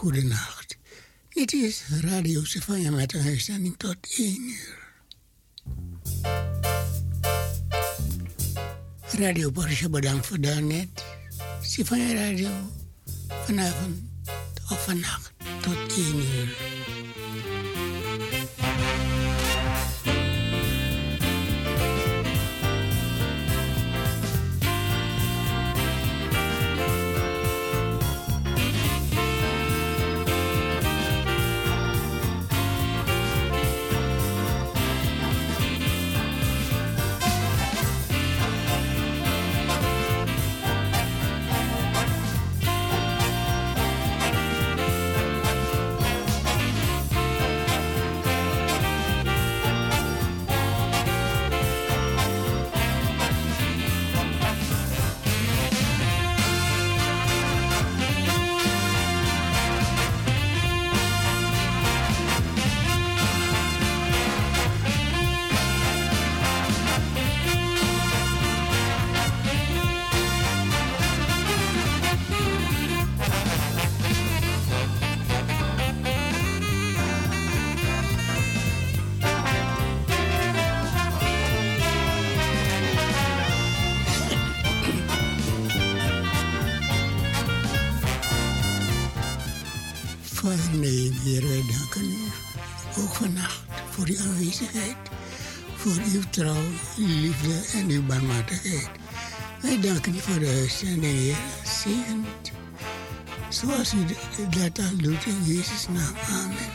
goedenacht. Dit is Radio Sefania met een uitzending tot 1 uur. Radio Borisje bedankt voor daarnet. Sefania Radio vanavond of vannacht tot 1 uur. Vader, nee, Heer, wij danken u ook vannacht voor uw aanwezigheid, voor uw trouw, uw liefde en uw barmhartigheid. Wij danken u voor de uitzending, Heer. Zegen het, zoals u dat al doet in Jezus' naam. Amen.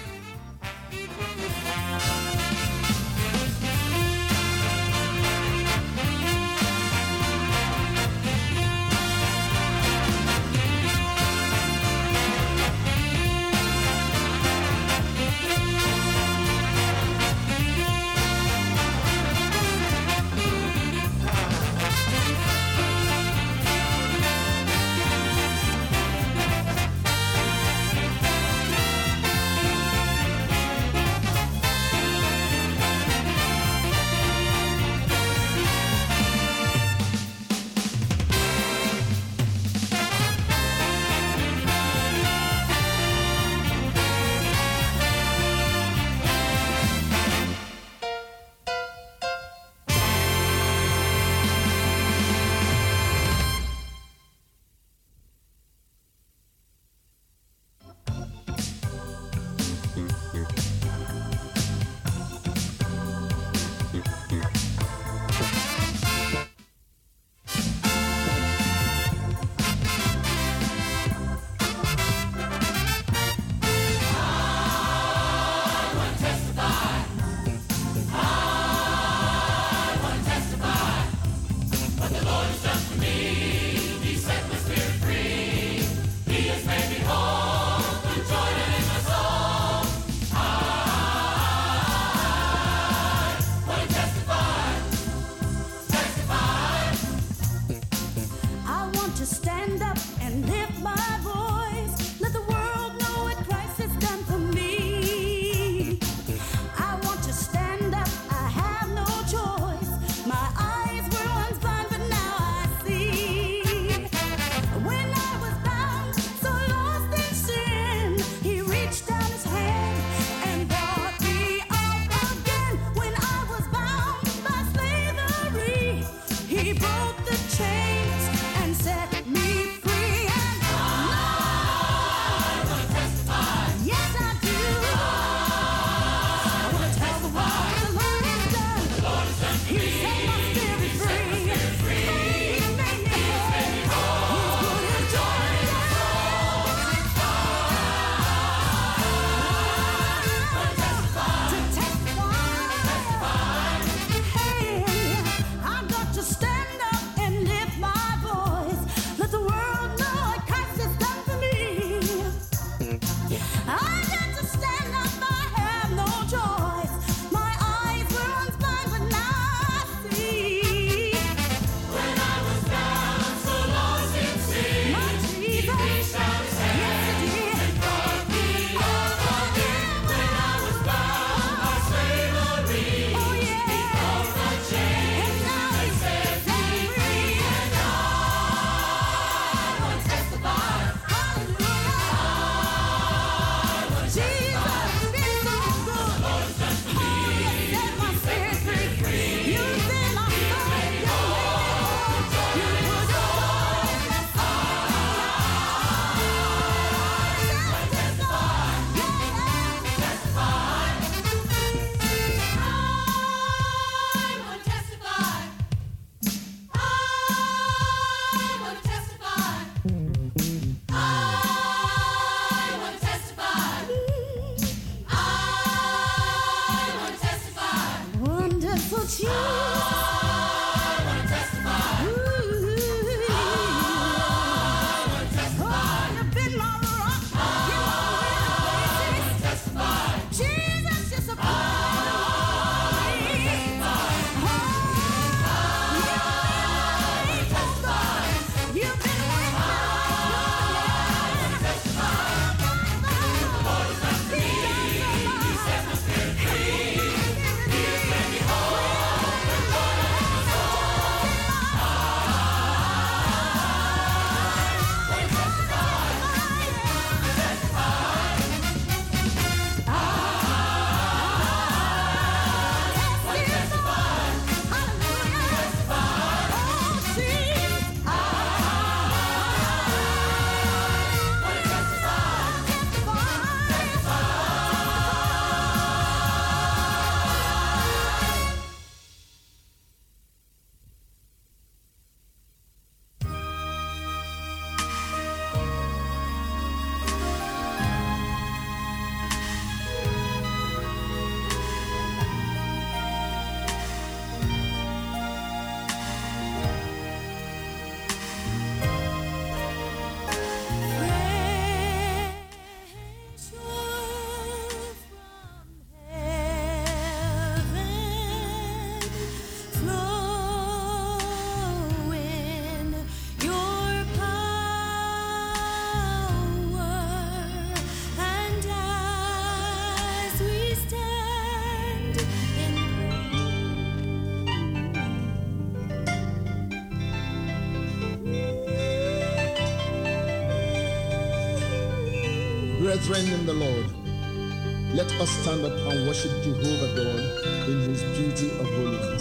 Brethren in the Lord, let us stand up and worship Jehovah God in his beauty of holiness.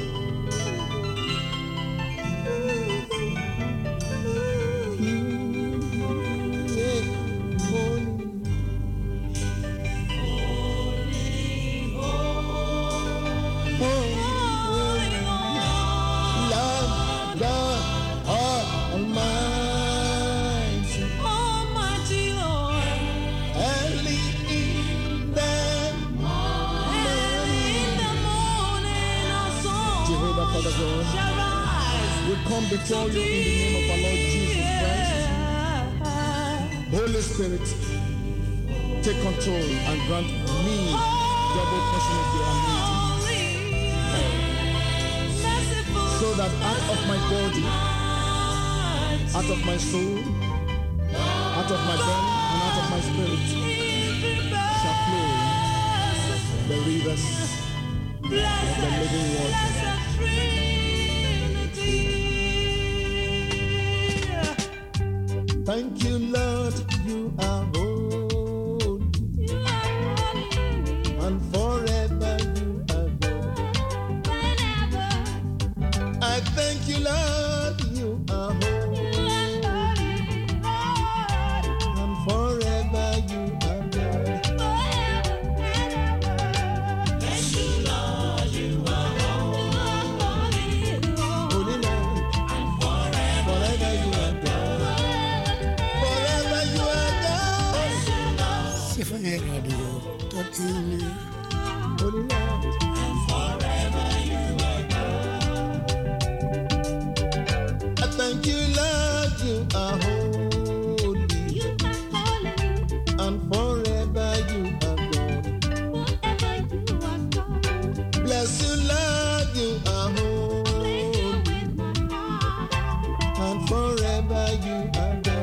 Before you in the name of our Lord Jesus Christ. Holy Spirit, take control and grant me double portion of your anointing, so that out of my body, out of my soul, out of my belly, and out of my spirit shall flow the rivers of the living water. Thank you, Lord, you are holy, and forever you are God. I thank you, Lord, you are holy, and forever you are God. Thank you, Lord, you are holy, holy Lord, and forever you are God. Symphony Radio tot 1 uur. And forever you are God. I thank you, Lord, you are holy, and forever you are God. Bless you, Lord, you are holy, and forever you are God.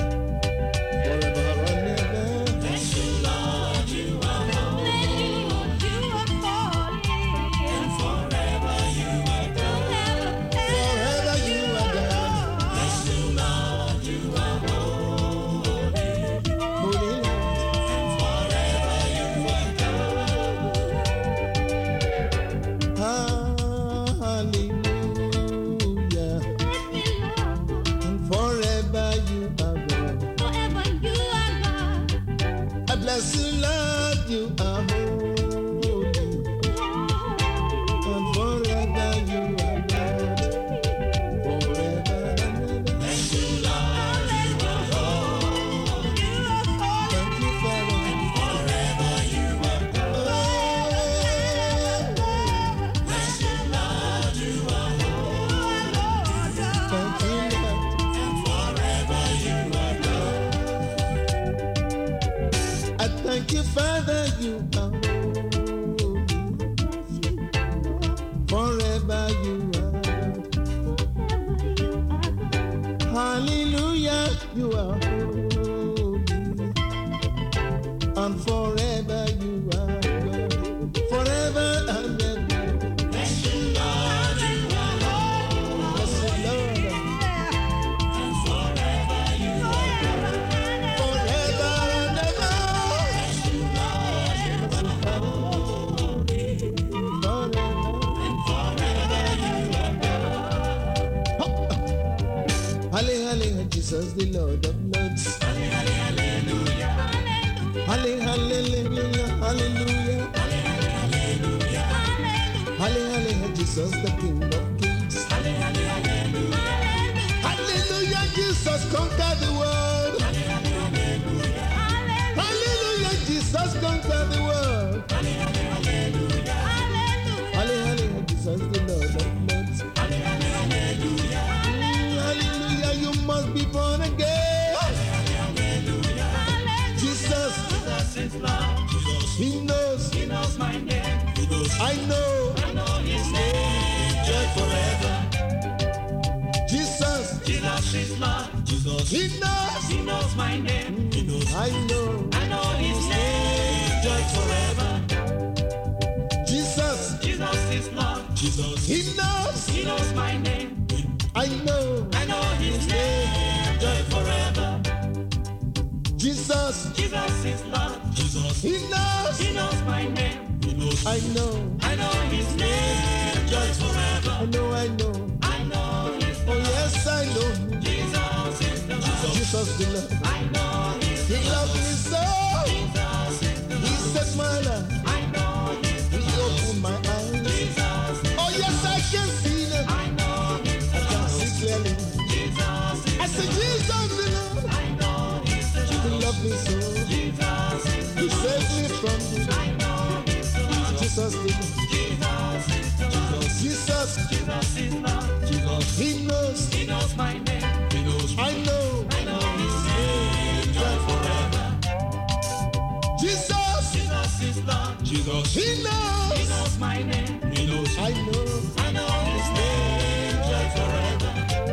Jesus, the Lord of Lords. Hallelujah. Hallelujah. Hallelujah. Hallelujah. Jesus, the King of Kings. Hallelujah. Hallelujah. Jesus conquered the world. Hallelujah. Jesus conquered the world. Hallelujah. Hallelujah. Jesus, the Lord of Lords. Hallelujah. Hallelujah. You must be born again. Hallelujah. Jesus is Lord. He knows my name. I know his name. Joy forever. Jesus is Lord. He knows my name. I know his name. Joy forever. Jesus is Lord. He knows my name. I know his name. Joy forever. Jesus He knows my name. I know his name just forever. I know his name. Oh yes, I know him. Jesus is the Lord. Jesus the Lord. I know his name. He loved me so. Jesus is the Lord. He set my life. I know his name. He opened my eyes. Jesus. Oh yes, I can see them. I know his name. I can see clearly. Jesus. I said Jesus the Lord. I know his name. He loved me so. Jesus. He saved me from the. I know his name. Jesus the Lord. Jesus is Lord. Jesus. He knows my name. I know his name just forever. Jesus is Lord. Jesus. He knows my name. I know his name just forever.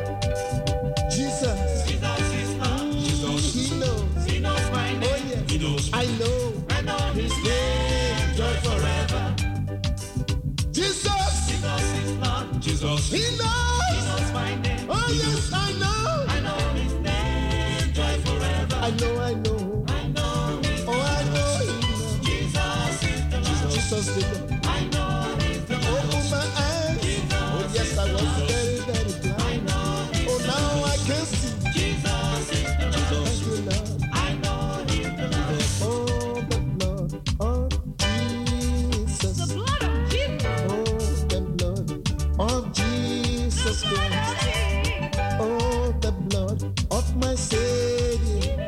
Jesus is Lord. Jesus. He knows my name. Oh yes. I know his name just forever. Jesus is Lord. Jesus. He knows my name. Oh yes, I know his name just forever. I know. Oh, I know him. Jesus is the Lord. Jesus is the Lord. I know his name. Open my eyes. Jesus. Oh yes, I was very, very blind. I know. Oh, now I can see. Jesus is the Lord. Thank you, Lord. I know his name. Oh, the blood of Jesus. The blood of Jesus. Oh, the blood of Jesus Christ. Oh, the blood of my Savior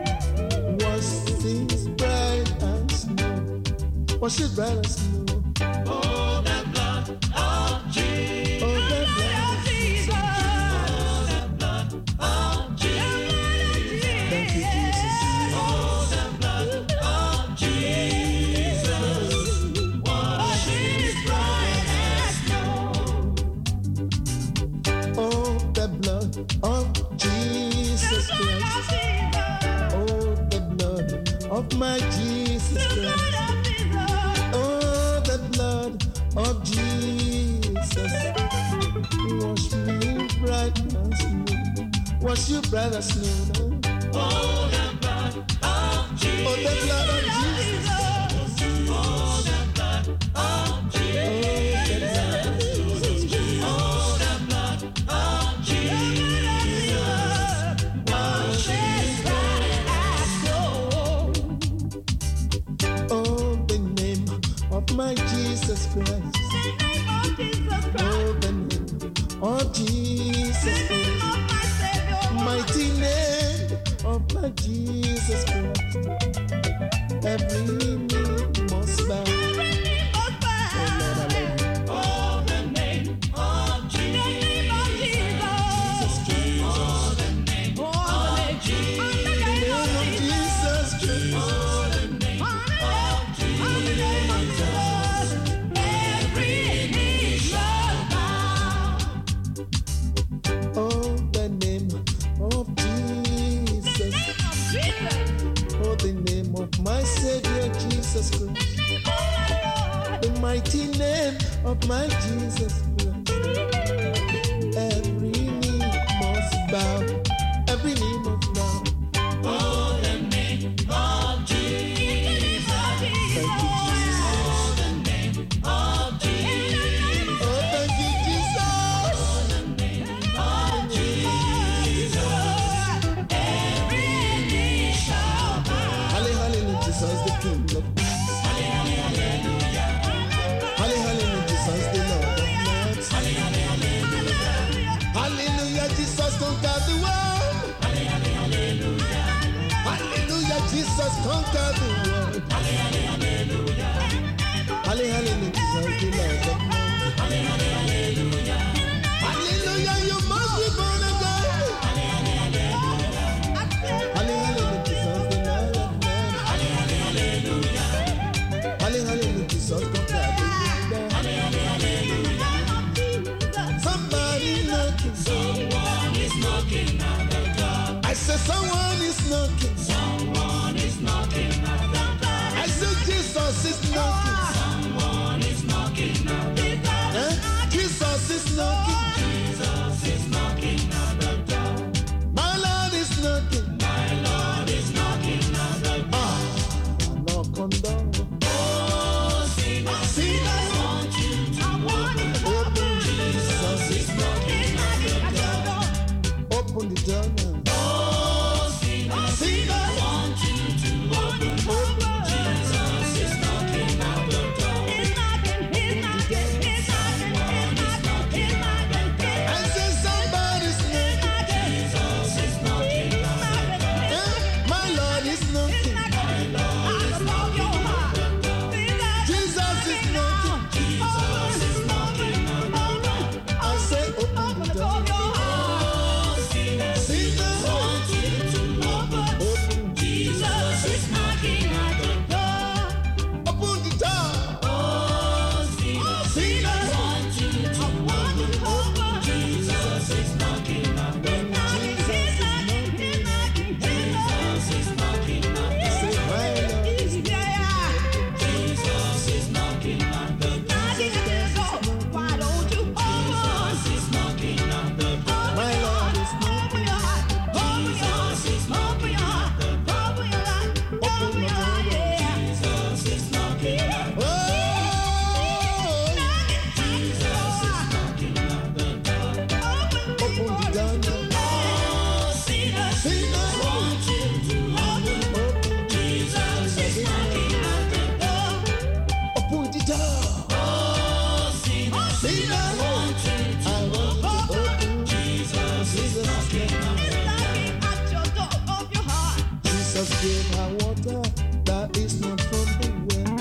was bright as snow. Was it bright as snow? Oh, the blood of Jesus. Oh, the blood of Jesus. Oh, the blood of Jesus. Thank you, Jesus. Oh, the blood of Jesus was bright as snow. Oh, the blood of Jesus Christ. Oh, the blood of my Jesus Christ. Oh, the blood of Jesus. Wash me bright as snow. Wash you bright as snow. Oh, the blood of Jesus. Oh, the blood of Jesus. Oh, the blood of Jesus. Oh, the blood of Jesus. Washes bright as snow. Oh, the name of my Jesus Christ. Oh, the name of Jesus Christ. Mighty name of my Jesus Christ. Every knee must bow. Oh, Lord, I love you. Oh, the name of Jesus. Oh, the name of Jesus. The name of Jesus Christ. Oh, the name of Jesus. Every knee shall bow. Oh, the name of Jesus. Oh, the name of my Savior Jesus Christ. The mighty name of my Jesus Christ. Every knee must bow. Every knee must bow. Oh, the name of Jesus. Thank you, Jesus. Oh, the name of Jesus. Oh, thank you, Jesus. Oh, the name of Jesus. Every knee shall bow. Hallelujah, Jesus, the King of Kings. Hallelujah. Hallelujah, Jesus, the Lord of Lords. Hallelujah, Jesus conquered the world. Hallelujah, Jesus conquered the world. Hallelujah, Jesus, the Lord of Lords. Hallelujah, you must be born again. Hallelujah, Jesus, the Lord of Lords. Hallelujah, Jesus conquered the world. Somebody knocking. Someone is knocking at the door. I said someone is knocking. Someone is knocking at the door. I said Jesus is knocking. Someone is knocking at the door. Jesus is knocking. Jesus is knocking at the door. My Lord is knocking. My Lord is knocking at the door. Knock on done. Oh, sinners want you to open. Jesus is knocking at the door. He's knocking. I said somebody's knocking. Jesus is knocking at the door. My Lord is knocking. Jesus is knocking. Jesus is knocking at the door. I say open the door. Oh, sinners want you to open. Open. Jesus is knocking at the door. Open the door. Oh, sinners want you to open. Jesus is knocking at the door. Jesus is knocking at the door. Say my Lord is Jesus is knocking at the door. Jesus is knocking at the door. my Lord is knocking. Jesus is knocking at the door. Jesus is knocking at the door. Oh, Jesus is knocking at the door. open the door. Oh, sinners want you to open. Jesus is knocking at the door. Open the door. Oh, sinners want you to I want to open. Jesus is knocking at the Jesus gave her water that is not from the well.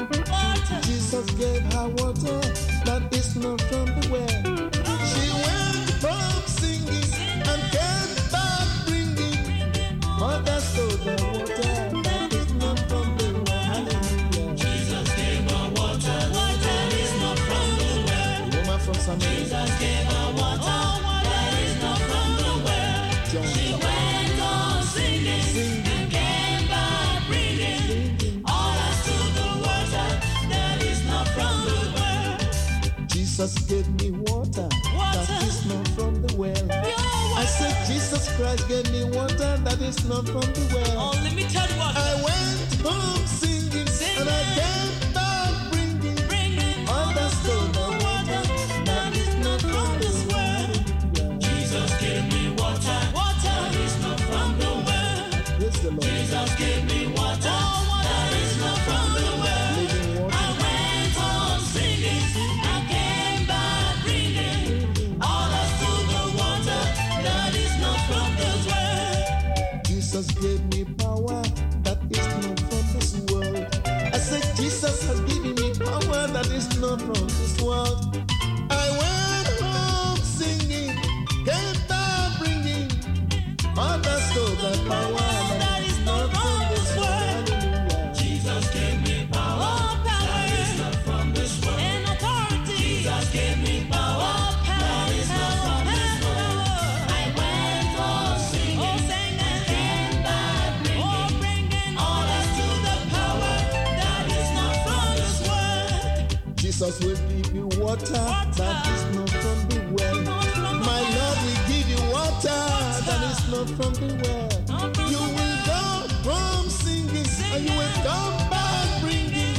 Jesus gave her water that is not from the well. She went from singing and came back bringing others to the water that is not from the well. Hallelujah. Jesus gave her water that is not from the well. Woman from Samaria. Jesus gave her water that is not from the well. John. She went on singing and came back bringing all us to the water that is not from the well. Jesus gave me water that is not from the well. I said Jesus Christ gave me water that is not from the well. Unlimited water. I went home singing and I came back bringing others to the water that is not from this world. Jesus gave me water that is not from the well. Praise the Lord. Jesus gave me water that is not from the well. Living water. I went on singing and came back bringing all us to the water that is not from this world. Jesus gave me power that is not from this world. I said Jesus has given me power that is not from this world. I went home singing, came back bringing others to the power that is not from this world. Hallelujah. Jesus gave me power that is not from this world. And authority. Jesus gave me power that is not from this world. I went on singing and came back bringing all us to the power that is not from this world. Jesus will give you water that is not from the well. My Lord will give you water that is not from the well. You will go home singing and you will come back bringing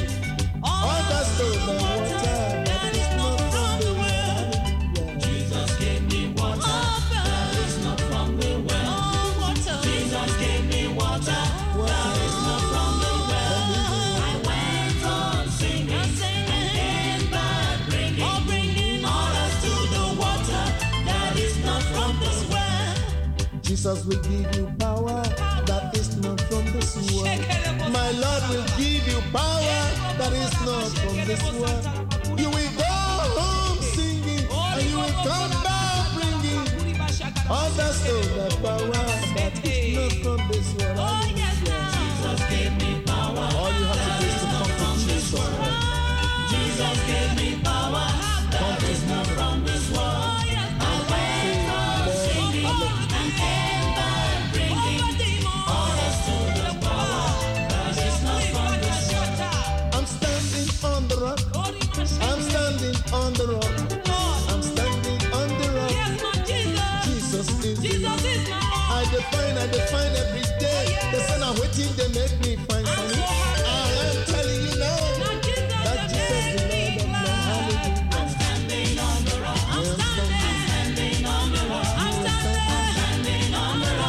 others to the water that is not from the well. Hallelujah. Jesus gave me water that is not from the well. Jesus gave me water that is not from the well. I went on singing and came back bringing all us to the water that is not from this well. Jesus will give you power that is not from this world. My Lord will give you power that is not from this world. You will go home singing and you will come back bringing others to the power that is not from this world. Hallelujah. Jesus gave me power. All you have to do is to come to Jesus. Jesus gave me power that is not from this world. I went on singing and came back bringing all us to the power that is not from this world. I'm standing on the rock. I'm standing on the rock. I'm standing on the rock. Jesus is the rock. I define every day. The sun are waiting, they make me find money. I am telling you now that Jesus is the Lord of Lords. Hallelujah. I'm standing on the rock. I am standing. I'm standing on the rock. I'm standing on the rock.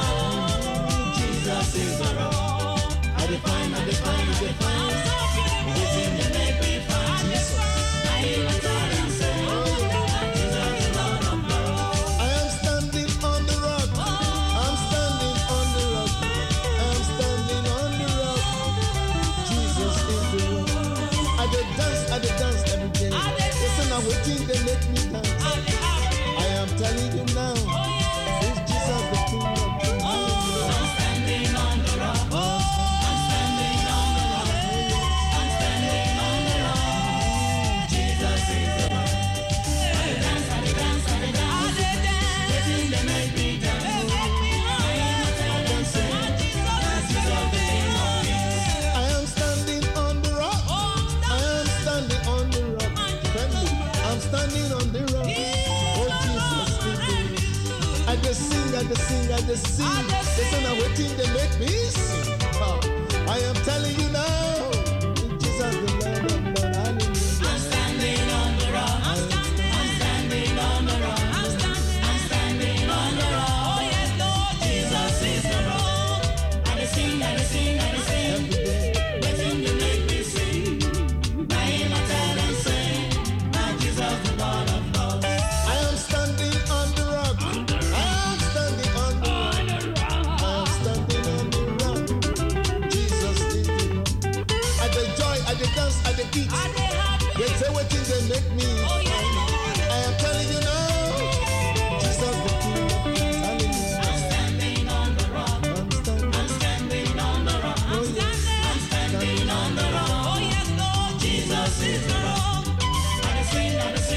They say now waiting, they make me sing. I am telling you now, Jesus the Lord of Lord, hallelujah. I'm standing on the rock. I'm standing on the rock. I'm standing on the rock. Oh yes, Lord, Jesus is the rock. I sing. Every day, waiting to make me sing. I am a tell and sing. Now Jesus the Lord of Lords. I am standing on the rock. I am standing on the rock. I am standing on the rock. Jesus is the rock. At the joy, at the dance, at the eat. They say what things they make me. I am telling you now, Jesus the King of Kings. Hallelujah. I'm standing on the rock. I'm standing on the rock. I'm standing on the rock. Oh yes, Lord, Jesus is the rock. I sing.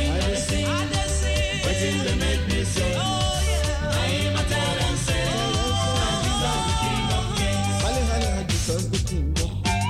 Waiting to make me sing. Oh yeah. I am a tell and say, Jesus the King of Kings. Hallelujah, Jesus the King of Kings.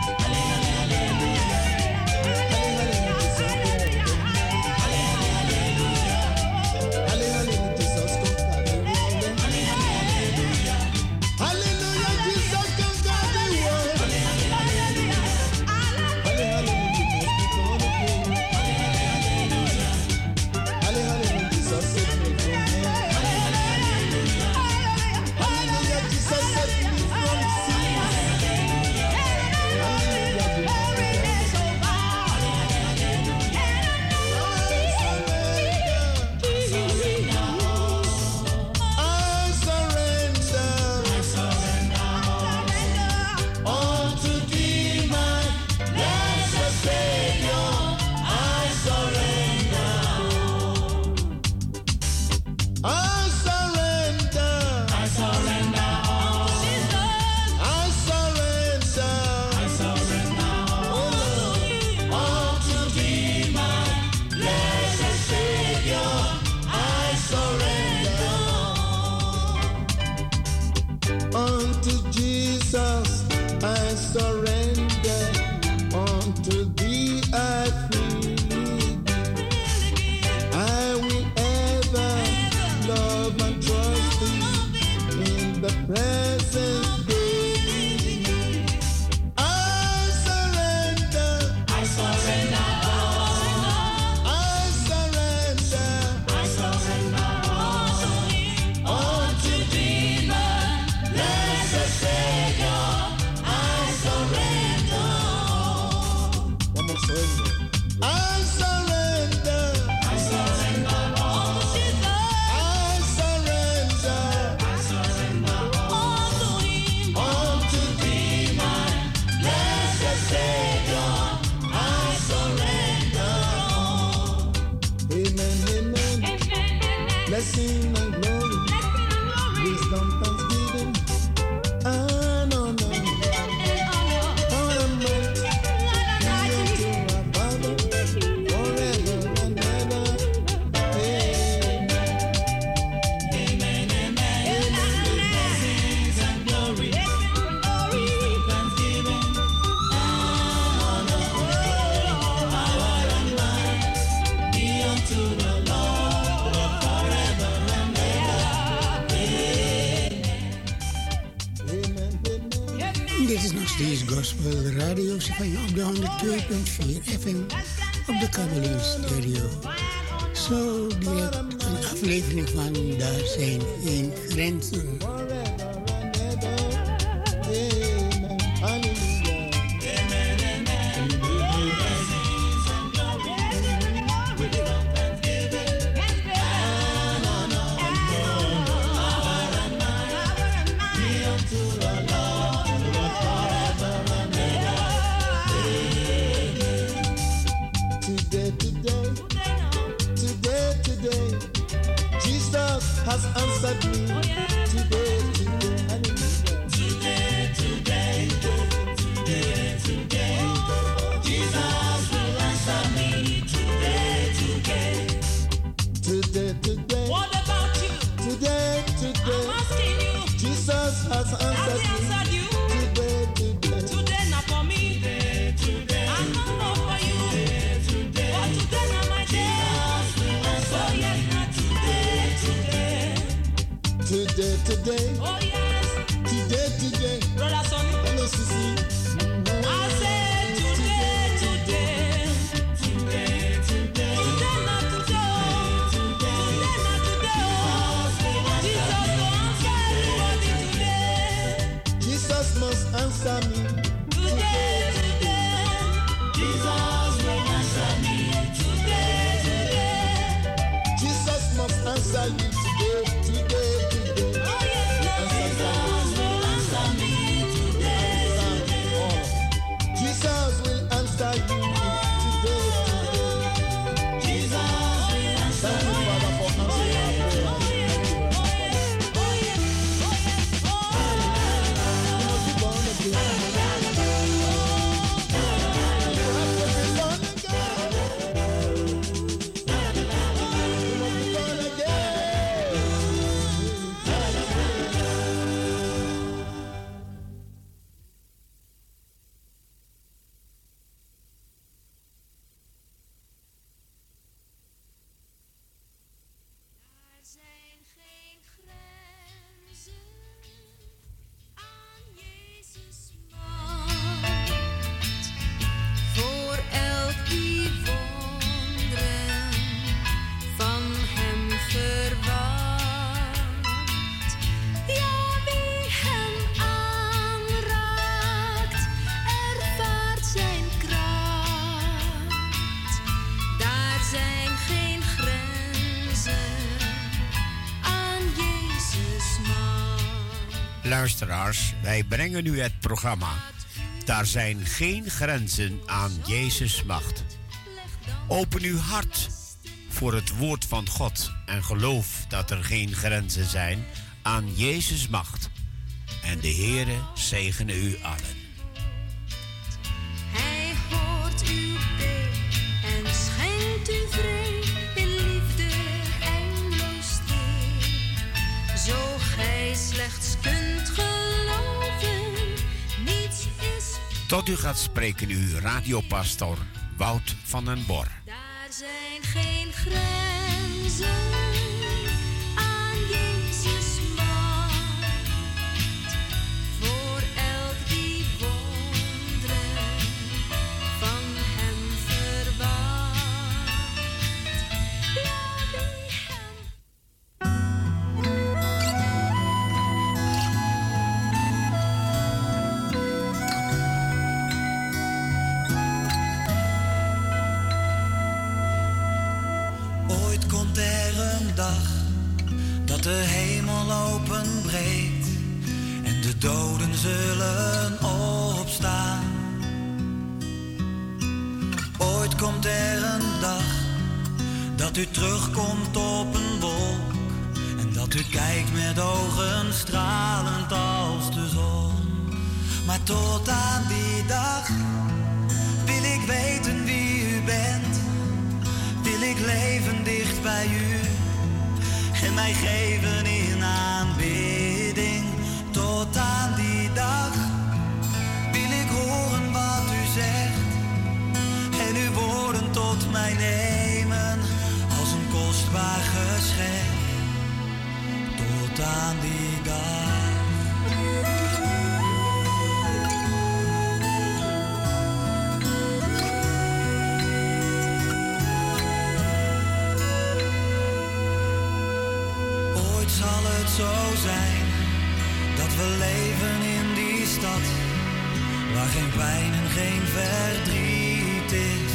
Gospel Radio Savannah op de 102.4 FM op de Kabbaling Stereo. Zo direct een aflevering van Daar zijn geen grenzen. Has answered me today. Jesus will answer me today. What about you? Today. I'm asking you. Jesus has answered you. Today. Today not for me. Today. I'm not for you. Today. But today not my day. Oh yes, not today. Today. Oh yes. Today. Brother Sonny. Hello, Sissy. I said today. Today, not today. Today, not today. Jesus must answer everybody today. Jesus must answer me. Today. Jesus will answer me. Today. Jesus must answer you today. Oh yes, Jesus will answer me today. Jesus will answer you today. Jesus will answer Thank you, Father, for answering our prayer. You must be born again. You have to be born again. You must be born again. Er zijn geen grenzen aan Jezus' macht. Voor elk die wonderen van hem verwacht. Ja, wie hem aanraakt, ervaart zijn kracht. Daar zijn geen grenzen aan Jezus' macht. Luisteraars, wij brengen u het programma. Daar zijn geen grenzen aan Jezus' macht. Open uw hart voor het woord van God en geloof dat er geen grenzen zijn aan Jezus' macht. En de Heere zegene u allen. Hij hoort uw been en schenkt u vrede in liefde eindeloos steed. Zo gij slechts kunt geloven, niets is. Tot u gaat spreken uw radiopastor Wout van den Bor. Daar zijn geen grenzen aan Jezus' macht. Voor elk die wonderen van hem verwacht. Ja, wie hem Ooit komt er een dag dat de hemel openbreekt en de doden zullen opstaan. Ooit komt er een dag dat u terugkomt op een wolk en dat u kijkt met ogen stralend als de zon. Maar tot aan die dag wil ik weten wie u bent. Wil ik leven dicht bij u en mij geven in aanbidding. Tot aan die dag wil ik horen wat u zegt en uw woorden tot mij nemen als een kostbaar geschenk. Tot aan die dag. Zal het zo zijn dat we leven in die stad waar geen pijn en geen verdriet is?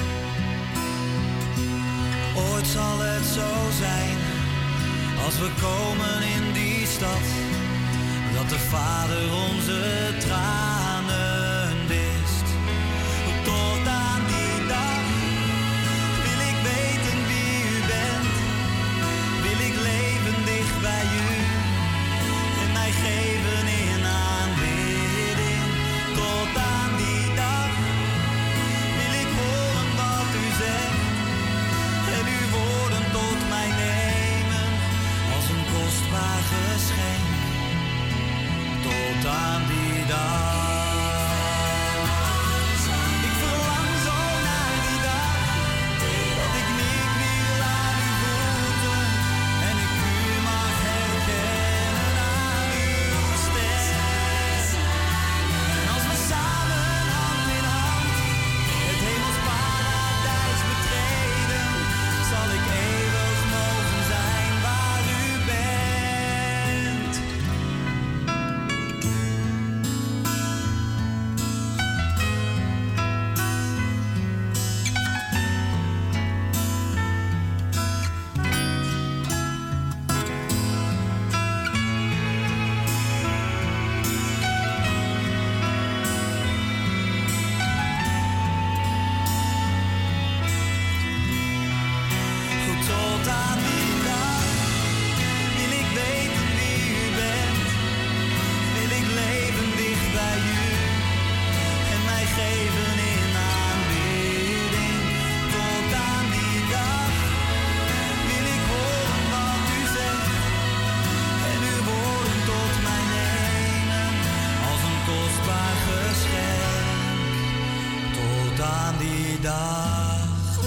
Ooit zal het zo zijn als we komen in die stad dat de Vader onze tranen wist. Tot aan die dag wil ik weten wie u bent. Wil ik leven dicht bij u en mij geven in aanbidding. Tot aan die dag wil ik horen wat u zegt en uw woorden tot mij nemen als een kostbaar geschenk. Tot aan die dag. dag.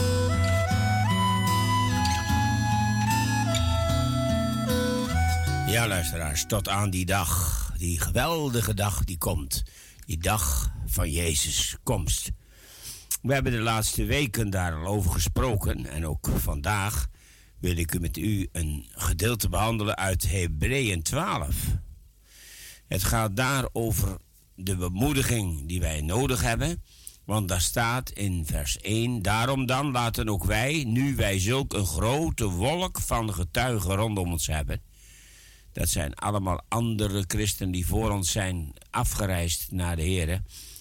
Ja, luisteraars, tot aan die dag, die geweldige dag die komt. Die dag van Jezus' komst. We hebben de laatste weken daar al over gesproken. En ook vandaag wil ik met u een gedeelte behandelen uit Hebreeën 12. Het gaat daar over de bemoediging die wij nodig hebben. Want daar staat in vers 1... Daarom dan laten ook wij, nu wij zulk een grote wolk van getuigen rondom ons hebben... Dat zijn allemaal andere christenen die voor ons zijn afgereisd naar de Heer.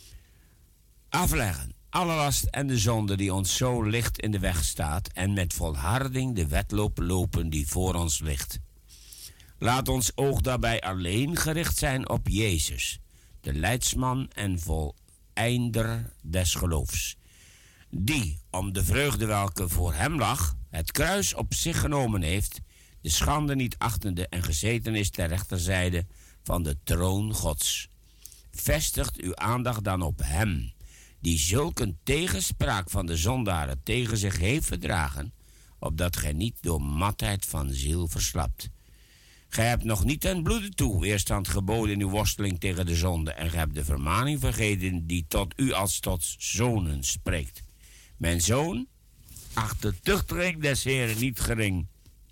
Afleggen alle last en de zonde die ons zo licht in de weg staat... en met volharding de wedloop lopen die voor ons ligt. Laat ons oog daarbij alleen gericht zijn op Jezus... de leidsman en voleinder des geloofs... die, om de vreugde welke voor hem lag... het kruis op zich genomen heeft... de schande niet achtende en gezeten is ter rechterzijde van de troon Gods. Vestigt uw aandacht dan op hem, die zulk een tegenspraak van de zondaren tegen zich heeft verdragen, opdat gij niet door matheid van ziel verslapt. Gij hebt nog niet ten bloede toe weerstand geboden in uw worsteling tegen de zonde, en gij hebt de vermaning vergeten die tot u als tot zonen spreekt. Mijn zoon, acht de tuchtiging des Heeren niet gering,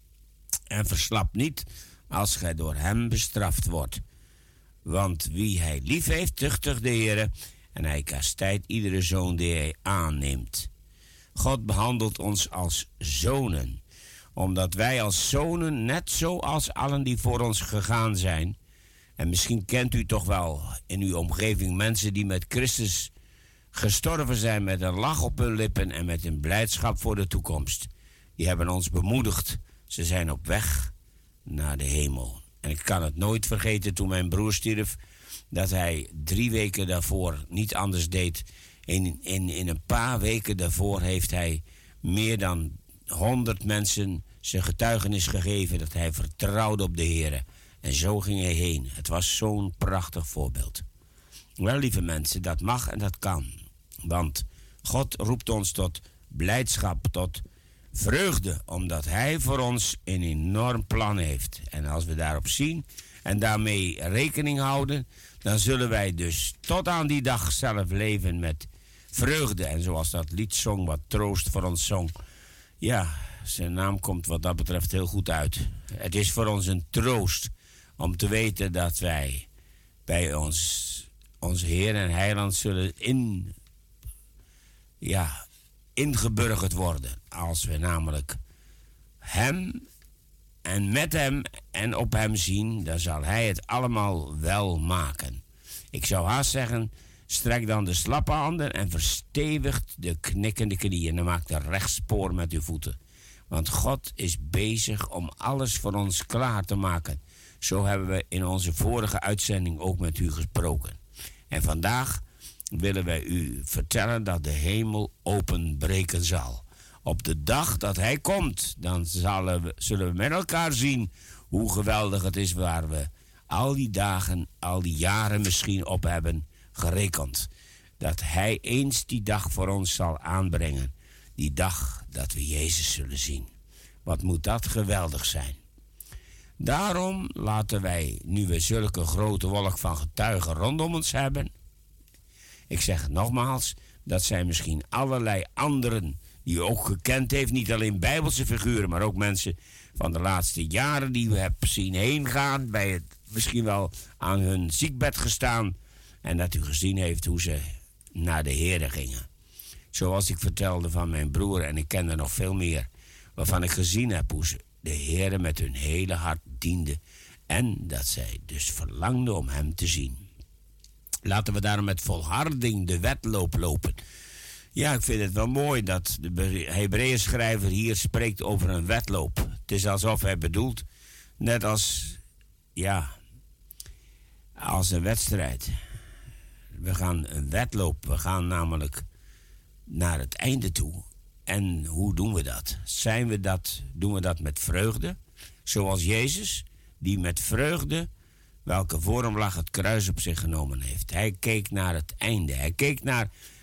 en verslap niet als gij door hem bestraft wordt. Want wie hij lief heeft, tuchtigt de Heere, en hij kastijdt iedere zoon die hij aanneemt. God behandelt ons als zonen, omdat wij als zonen, net zoals allen die voor ons gegaan zijn, en misschien kent u toch wel in uw omgeving mensen die met Christus gestorven zijn met een lach op hun lippen en met een blijdschap voor de toekomst. Die hebben ons bemoedigd. Ze zijn op weg naar de hemel. En ik kan het nooit vergeten toen mijn broer stierf, dat hij 3 weken daarvoor niet anders deed. In een paar weken daarvoor heeft hij meer dan 100 mensen zijn getuigenis gegeven dat hij vertrouwde op de Heer. En zo ging hij heen. Het was zo'n prachtig voorbeeld. Wel, lieve mensen, dat mag en dat kan. Want God roept ons tot blijdschap, tot vreugde, omdat hij voor ons een enorm plan heeft. En als we daarop zien en daarmee rekening houden, dan zullen wij dus tot aan die dag zelf leven met vreugde. En zoals dat lied zong, wat Troost voor ons zong. Ja, zijn naam komt wat dat betreft heel goed uit. Het is voor ons een troost om te weten dat wij bij onze Heer en Heiland zullen ingeburgerd worden. Als we namelijk hem en met hem en op hem zien, dan zal hij het allemaal wel maken. Ik zou haast zeggen, strek dan de slappe handen en verstevigt de knikkende knieën en maak de rechtspoor met uw voeten. Want God is bezig om alles voor ons klaar te maken. Zo hebben we in onze vorige uitzending ook met u gesproken. En vandaag willen wij u vertellen dat de hemel openbreken zal. Op de dag dat hij komt, dan zullen we met elkaar zien hoe geweldig het is waar we al die dagen, al die jaren misschien op hebben gerekend. Dat hij eens die dag voor ons zal aanbrengen. Die dag dat we Jezus zullen zien. Wat moet dat geweldig zijn. Daarom laten wij, nu we zulke grote wolk van getuigen rondom ons hebben, ik zeg het nogmaals, dat zijn misschien allerlei anderen die u ook gekend heeft, niet alleen bijbelse figuren, maar ook mensen van de laatste jaren die u hebt zien heen gaan, bij het misschien wel aan hun ziekbed gestaan, en dat u gezien heeft hoe ze naar de Heere gingen. Zoals ik vertelde van mijn broer, en ik ken er nog veel meer, waarvan ik gezien heb hoe ze de Heere met hun hele hart dienden en dat zij dus verlangden om hem te zien. Laten we daarom met volharding de wedloop lopen. Ja, ik vind het wel mooi dat de Hebreeën schrijver hier spreekt over een wedloop. Het is alsof hij bedoelt, net als een wedstrijd. We gaan een wedloop, we gaan namelijk naar het einde toe. En hoe doen we dat? Doen we dat met vreugde? Zoals Jezus, die met vreugde, welke voor hem lag, het kruis op zich genomen heeft. Hij keek naar het einde. Hij keek naar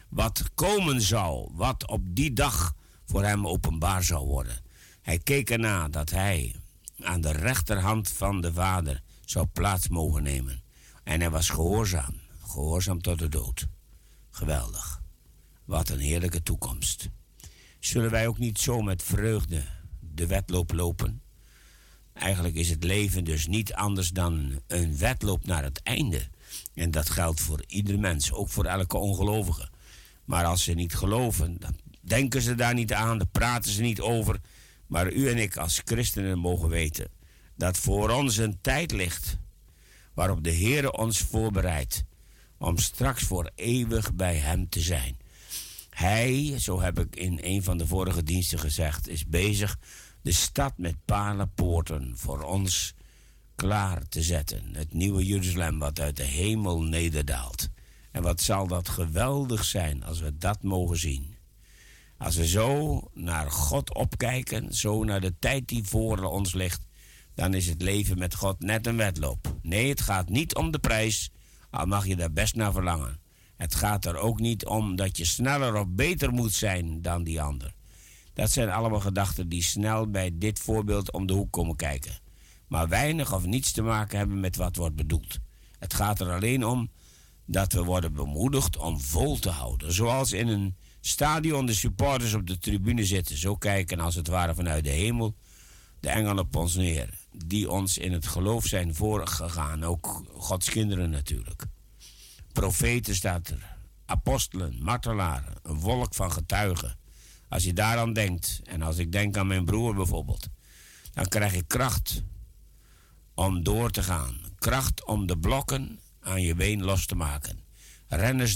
wat komen zou, wat op die dag voor hem openbaar zou worden. Hij keek erna dat hij aan de rechterhand van de Vader zou plaats mogen nemen. En hij was gehoorzaam tot de dood. Geweldig. Wat een heerlijke toekomst. Zullen wij ook niet zo met vreugde de wedloop lopen? Eigenlijk is het leven dus niet anders dan een wedloop naar het einde. En dat geldt voor ieder mens, ook voor elke ongelovige. Maar als ze niet geloven, dan denken ze daar niet aan, dan praten ze niet over. Maar u en ik als christenen mogen weten dat voor ons een tijd ligt waarop de Heer ons voorbereidt om straks voor eeuwig bij hem te zijn. Hij, zo heb ik in een van de vorige diensten gezegd, is bezig de stad met palenpoorten voor ons klaar te zetten. Het nieuwe Jeruzalem wat uit de hemel nederdaalt. En wat zal dat geweldig zijn als we dat mogen zien. Als we zo naar God opkijken, zo naar de tijd die voor ons ligt, dan is het leven met God net een wedloop. Nee, het gaat niet om de prijs, al mag je daar best naar verlangen. Het gaat er ook niet om dat je sneller of beter moet zijn dan die ander. Dat zijn allemaal gedachten die snel bij dit voorbeeld om de hoek komen kijken. Maar weinig of niets te maken hebben met wat wordt bedoeld. Het gaat er alleen om dat we worden bemoedigd om vol te houden. Zoals in een stadion de supporters op de tribune zitten. Zo kijken als het ware vanuit de hemel de engelen op ons neer. Die ons in het geloof zijn voorgegaan. Ook Gods kinderen natuurlijk. Profeten staat er. Apostelen, martelaren. Een wolk van getuigen. Als je daaraan denkt. En als ik denk aan mijn broer bijvoorbeeld. Dan krijg je kracht om door te gaan. Kracht om de blokken aan je been los te maken. Renners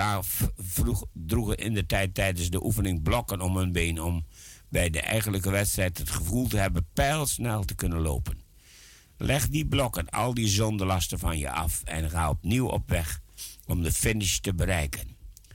droegen in de tijd tijdens de oefening blokken om hun been, om bij de eigenlijke wedstrijd het gevoel te hebben pijlsnel te kunnen lopen. Leg die blokken, al die zondelasten van je af en ga opnieuw op weg om de finish te bereiken.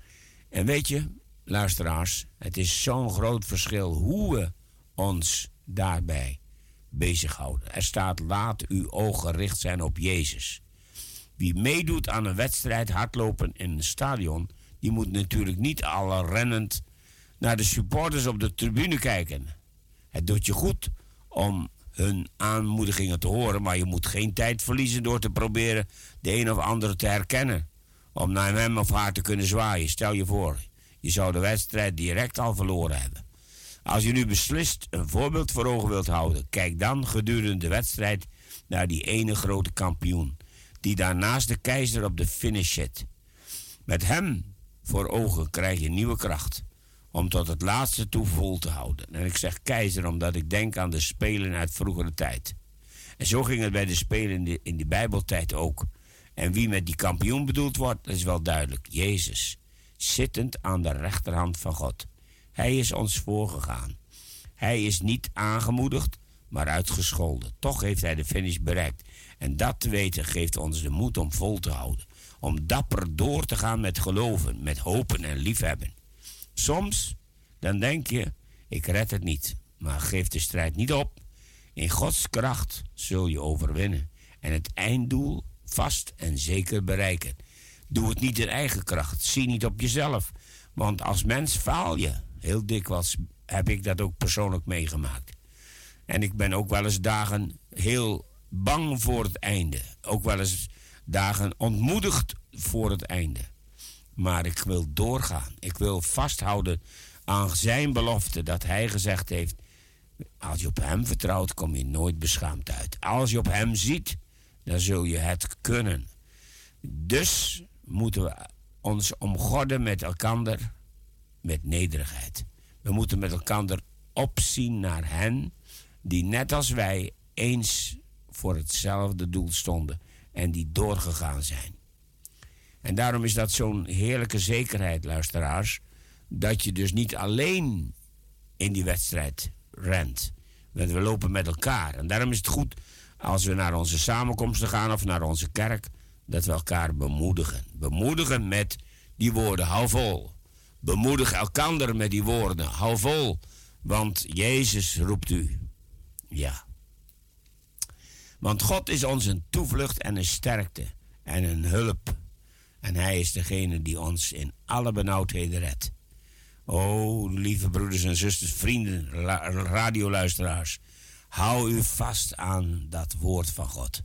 En weet je, luisteraars, het is zo'n groot verschil hoe we ons daarbij bezighouden. Er staat: laat uw ogen gericht zijn op Jezus. Wie meedoet aan een wedstrijd hardlopen in een stadion, die moet natuurlijk niet al rennend naar de supporters op de tribune kijken. Het doet je goed om hun aanmoedigingen te horen, maar je moet geen tijd verliezen door te proberen de een of andere te herkennen, om naar hem of haar te kunnen zwaaien. Stel je voor, je zou de wedstrijd direct al verloren hebben. Als je nu beslist een voorbeeld voor ogen wilt houden, kijk dan gedurende de wedstrijd naar die ene grote kampioen, die daar naast de keizer op de finish zit. Met hem voor ogen krijg je nieuwe kracht om tot het laatste toe vol te houden. En ik zeg keizer omdat ik denk aan de Spelen uit vroegere tijd. En zo ging het bij de Spelen in de Bijbeltijd ook. En wie met die kampioen bedoeld wordt, is wel duidelijk. Jezus, zittend aan de rechterhand van God. Hij is ons voorgegaan. Hij is niet aangemoedigd, maar uitgescholden. Toch heeft hij de finish bereikt. En dat te weten geeft ons de moed om vol te houden. Om dapper door te gaan met geloven, met hopen en liefhebben. Soms, dan denk je, ik red het niet. Maar geef de strijd niet op. In Gods kracht zul je overwinnen. En het einddoel vast en zeker bereiken. Doe het niet in eigen kracht. Zie niet op jezelf. Want als mens faal je. Heel dikwijls heb ik dat ook persoonlijk meegemaakt. En ik ben ook wel eens dagen heel bang voor het einde. Ook wel eens dagen ontmoedigd voor het einde. Maar ik wil doorgaan. Ik wil vasthouden aan zijn belofte dat hij gezegd heeft: als je op hem vertrouwt, kom je nooit beschaamd uit. Als je op hem ziet, dan zul je het kunnen. Dus moeten we ons omgorden met elkander met nederigheid. We moeten met elkander opzien naar hen die net als wij eens voor hetzelfde doel stonden en die doorgegaan zijn. En daarom is dat zo'n heerlijke zekerheid, luisteraars, dat je dus niet alleen in die wedstrijd rent. Want we lopen met elkaar. En daarom is het goed als we naar onze samenkomsten gaan of naar onze kerk, dat we elkaar bemoedigen. Bemoedigen met die woorden, hou vol. Bemoedig elkander met die woorden, hou vol. Want Jezus roept u. Ja. Want God is ons een toevlucht en een sterkte en een hulp. En hij is degene die ons in alle benauwdheden redt. O, lieve broeders en zusters, vrienden, radioluisteraars. Hou u vast aan dat woord van God.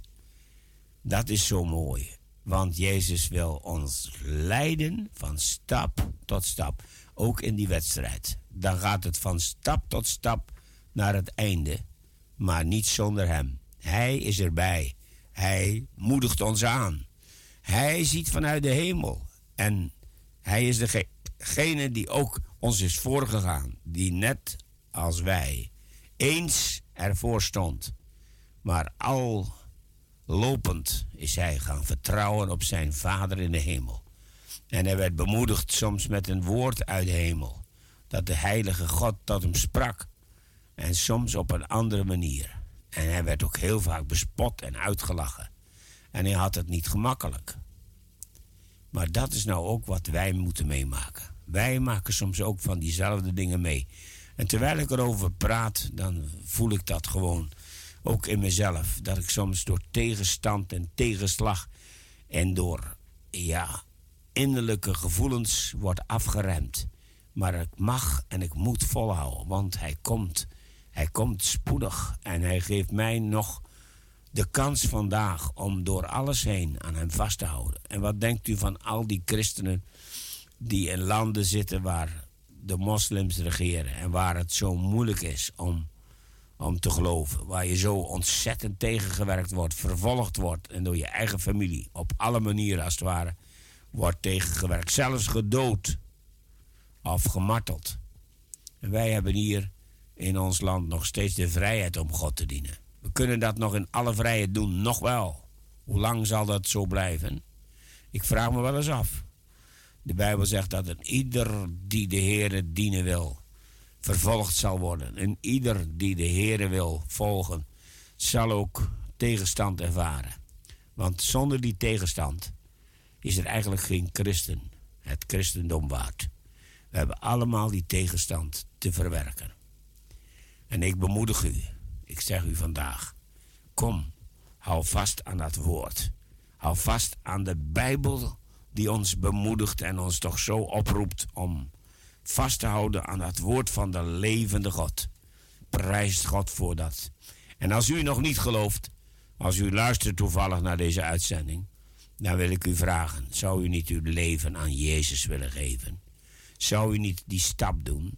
Dat is zo mooi. Want Jezus wil ons leiden van stap tot stap. Ook in die wedstrijd. Dan gaat het van stap tot stap naar het einde. Maar niet zonder hem. Hij is erbij. Hij moedigt ons aan. Hij ziet vanuit de hemel. En hij is degene die ook ons is voorgegaan. Die net als wij eens ervoor stond. Maar al lopend is hij gaan vertrouwen op zijn Vader in de hemel. En hij werd bemoedigd soms met een woord uit de hemel. Dat de heilige God tot hem sprak. En soms op een andere manier. En hij werd ook heel vaak bespot en uitgelachen. En hij had het niet gemakkelijk. Maar dat is nou ook wat wij moeten meemaken. Wij maken soms ook van diezelfde dingen mee. En terwijl ik erover praat, dan voel ik dat gewoon ook in mezelf. Dat ik soms door tegenstand en tegenslag en door innerlijke gevoelens word afgeremd. Maar ik mag en ik moet volhouden, want hij komt. Hij komt spoedig en hij geeft mij nog de kans vandaag om door alles heen aan hem vast te houden. En wat denkt u van al die christenen die in landen zitten waar de moslims regeren en waar het zo moeilijk is om te geloven. Waar je zo ontzettend tegengewerkt wordt, vervolgd wordt en door je eigen familie op alle manieren als het ware wordt tegengewerkt. Zelfs gedood of gemarteld. En wij hebben hier in ons land nog steeds de vrijheid om God te dienen. We kunnen dat nog in alle vrijheid doen, nog wel. Hoe lang zal dat zo blijven? Ik vraag me wel eens af. De Bijbel zegt dat een ieder die de Heere dienen wil, vervolgd zal worden. En ieder die de Heere wil volgen, zal ook tegenstand ervaren. Want zonder die tegenstand is er eigenlijk geen christen, het christendom waard. We hebben allemaal die tegenstand te verwerken. En ik bemoedig u, ik zeg u vandaag, kom, hou vast aan dat woord. Hou vast aan de Bijbel die ons bemoedigt en ons toch zo oproept om vast te houden aan het woord van de levende God. Prijst God voor dat. En als u nog niet gelooft, als u luistert toevallig naar deze uitzending, dan wil ik u vragen, zou u niet uw leven aan Jezus willen geven? Zou u niet die stap doen?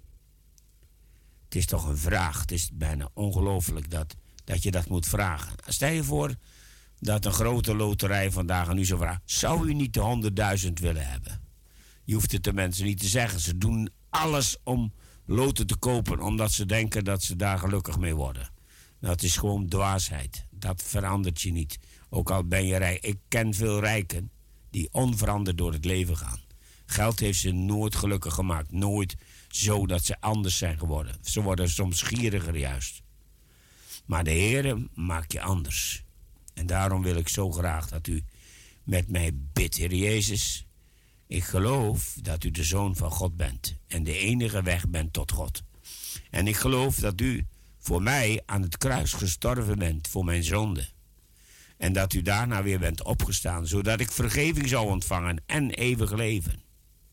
Het is toch een vraag, het is bijna ongelooflijk dat je dat moet vragen. Stel je voor dat een grote loterij vandaag aan u zou vragen, zou u niet de 100.000 willen hebben? Je hoeft het de mensen niet te zeggen. Ze doen alles om loten te kopen, omdat ze denken dat ze daar gelukkig mee worden. Dat is gewoon dwaasheid. Dat verandert je niet. Ook al ben je rijk. Ik ken veel rijken die onveranderd door het leven gaan. Geld heeft ze nooit gelukkig gemaakt. Nooit zo dat ze anders zijn geworden. Ze worden soms gieriger juist. Maar de Heere maakt je anders. En daarom wil ik zo graag dat u met mij bidt. Heer Jezus, ik geloof dat u de Zoon van God bent. En de enige weg bent tot God. En ik geloof dat u voor mij aan het kruis gestorven bent voor mijn zonde. En dat u daarna weer bent opgestaan, zodat ik vergeving zou ontvangen en eeuwig leven.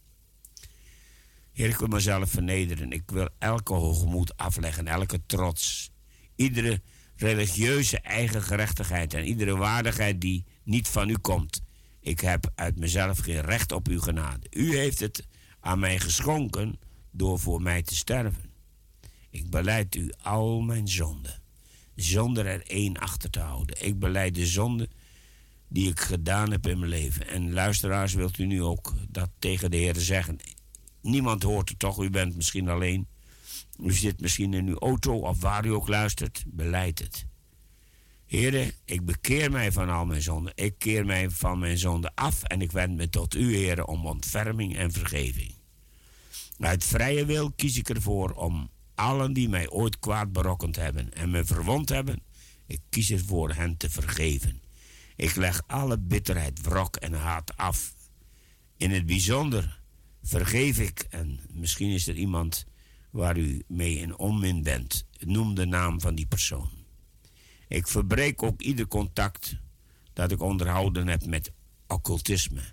Heer, ik wil mezelf vernederen. Ik wil elke hoogmoed afleggen, elke trots. Iedere religieuze eigen gerechtigheid en iedere waardigheid die niet van u komt. Ik heb uit mezelf geen recht op uw genade. U heeft het aan mij geschonken door voor mij te sterven. Ik belijd u al mijn zonden, zonder er één achter te houden. Ik belijd de zonde die ik gedaan heb in mijn leven. En luisteraars, wilt u nu ook dat tegen de Heer zeggen? Niemand hoort het toch, u bent misschien alleen. U zit misschien in uw auto of waar u ook luistert. Belijd het. Heere, ik bekeer mij van al mijn zonden. Ik keer mij van mijn zonden af en ik wend me tot u, Heere, om ontferming en vergeving. Uit vrije wil kies ik ervoor om allen die mij ooit kwaad berokkend hebben en me verwond hebben, ik kies ervoor hen te vergeven. Ik leg alle bitterheid, wrok en haat af. In het bijzonder vergeef ik, en misschien is er iemand waar u mee in onmin bent, noem de naam van die persoon. Ik verbreek ook ieder contact dat ik onderhouden heb met occultisme.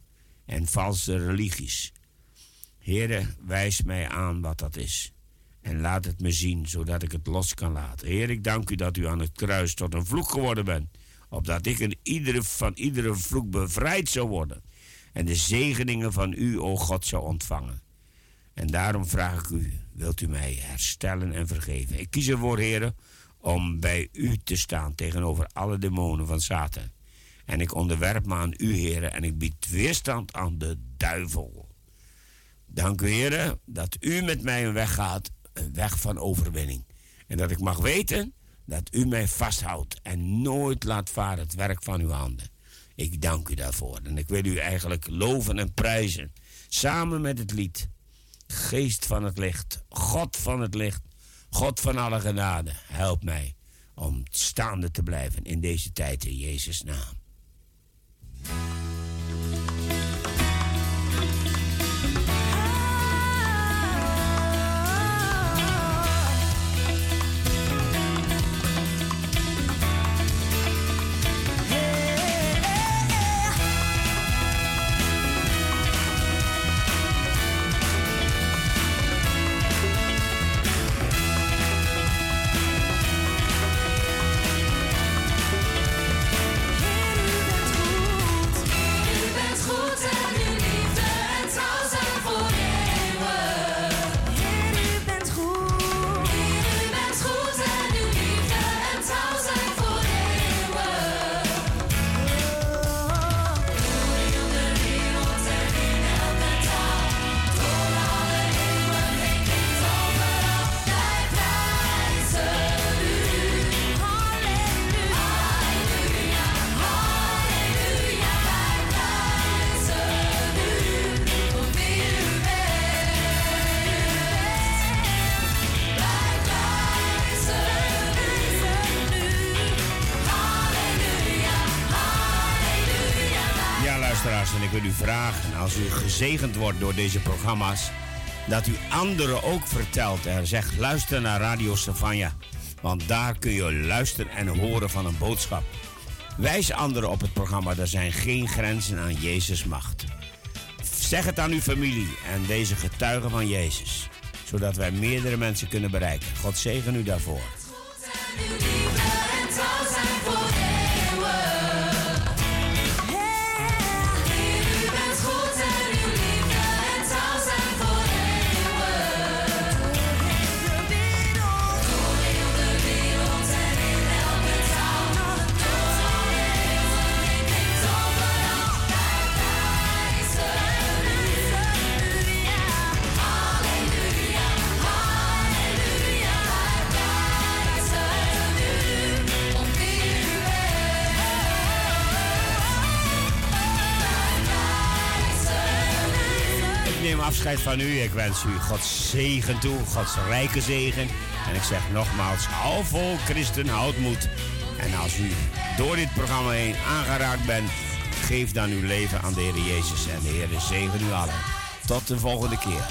en valse religies. Heere, wijs mij aan wat dat is. En laat het me zien, zodat ik het los kan laten. Heer, ik dank u dat u aan het kruis tot een vloek geworden bent. Opdat ik van iedere vloek bevrijd zou worden. En de zegeningen van u, o God, zou ontvangen. En daarom vraag ik u, wilt u mij herstellen en vergeven? Ik kies ervoor, Heer, om bij u te staan tegenover alle demonen van Satan. En ik onderwerp me aan u, Heer, en ik bied weerstand aan de duivel. Dank u, Heer, dat u met mij een weg gaat, een weg van overwinning. En dat ik mag weten dat u mij vasthoudt en nooit laat varen het werk van uw handen. Ik dank u daarvoor. En ik wil u eigenlijk loven en prijzen. Samen met het lied. Geest van het licht. God van het licht. God van alle genade. Help mij om staande te blijven in deze tijd in Jezus' naam. En ik wil u vragen, als u gezegend wordt door deze programma's, dat u anderen ook vertelt en zegt, luister naar Radio Savanja. Want daar kun je luisteren en horen van een boodschap. Wijs anderen op het programma, er zijn geen grenzen aan Jezus' macht. Zeg het aan uw familie en deze getuigen van Jezus. Zodat wij meerdere mensen kunnen bereiken. God zegen u daarvoor. Ik neem afscheid van u. Ik wens u Gods zegen toe, Gods rijke zegen. En ik zeg nogmaals, hou vol christen, houd moed. En als u door dit programma heen aangeraakt bent, geef dan uw leven aan de Heer Jezus. En de Heer zegen u allen. Tot de volgende keer.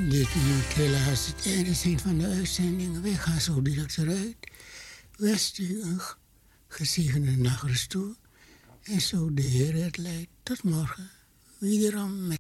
dit moet helaas het einde zijn van de uitzending. Wij gaan zo direct eruit. Wens u een gezegende nachtrust toe. En zo de Heer het leidt. Tot morgen. Wederom met